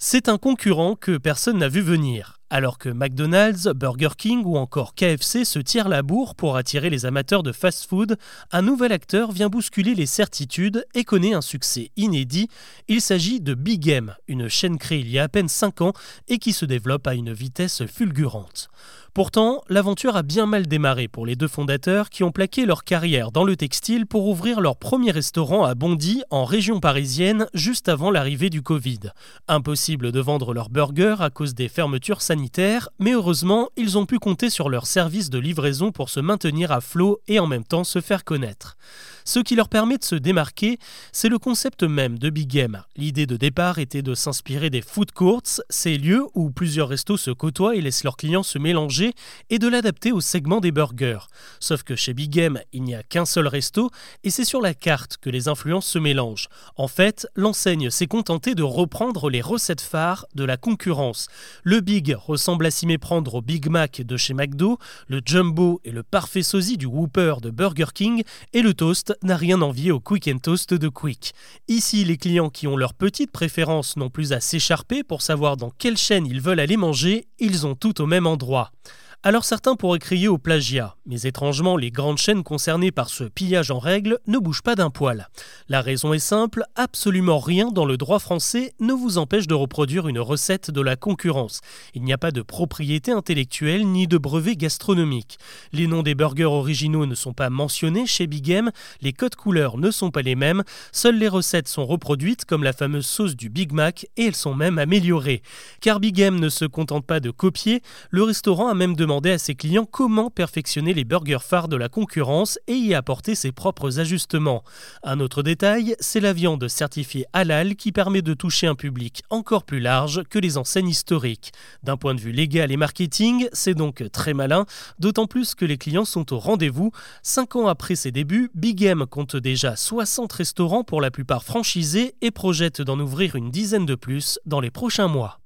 C'est un concurrent que personne n'a vu venir. Alors que McDonald's, Burger King ou encore KFC se tirent la bourre pour attirer les amateurs de fast-food, un nouvel acteur vient bousculer les certitudes et connaît un succès inédit. Il s'agit de Big M, une chaîne créée il y a à peine 5 ans et qui se développe à une vitesse fulgurante. Pourtant, l'aventure a bien mal démarré pour les deux fondateurs qui ont plaqué leur carrière dans le textile pour ouvrir leur premier restaurant à Bondy, en région parisienne, juste avant l'arrivée du Covid. Impossible de vendre leurs burgers à cause des fermetures sanitaires, mais heureusement, ils ont pu compter sur leur service de livraison pour se maintenir à flot et en même temps se faire connaître. Ce qui leur permet de se démarquer, c'est le concept même de Big M. L'idée de départ était de s'inspirer des food courts, ces lieux où plusieurs restos se côtoient et laissent leurs clients se mélanger, et de l'adapter au segment des burgers. Sauf que chez Big M, il n'y a qu'un seul resto et c'est sur la carte que les influences se mélangent. En fait, l'enseigne s'est contentée de reprendre les recettes phares de la concurrence. Le Big ressemble à s'y méprendre au Big Mac de chez McDo, le Jumbo et le parfait sosie du Whopper de Burger King, et le toast n'a rien envié au Quick and Toast de Quick. Ici, les clients qui ont leur petite préférence n'ont plus à s'écharper pour savoir dans quelle chaîne ils veulent aller manger, ils ont tout au même endroit. Alors certains pourraient crier au plagiat, mais étrangement, les grandes chaînes concernées par ce pillage en règle ne bougent pas d'un poil. La raison est simple, absolument rien dans le droit français ne vous empêche de reproduire une recette de la concurrence. Il n'y a pas de propriété intellectuelle ni de brevet gastronomique. Les noms des burgers originaux ne sont pas mentionnés chez Big M, les codes couleurs ne sont pas les mêmes, seules les recettes sont reproduites comme la fameuse sauce du Big Mac et elles sont même améliorées. Car Big M ne se contente pas de copier, le restaurant a même demandé à ses clients comment perfectionner les burgers phares de la concurrence et y apporter ses propres ajustements. Un autre détail, c'est la viande certifiée halal qui permet de toucher un public encore plus large que les enseignes historiques. D'un point de vue légal et marketing, c'est donc très malin, d'autant plus que les clients sont au rendez-vous. 5 ans après ses débuts, Big M compte déjà 60 restaurants pour la plupart franchisés et projette d'en ouvrir une dizaine de plus dans les prochains mois.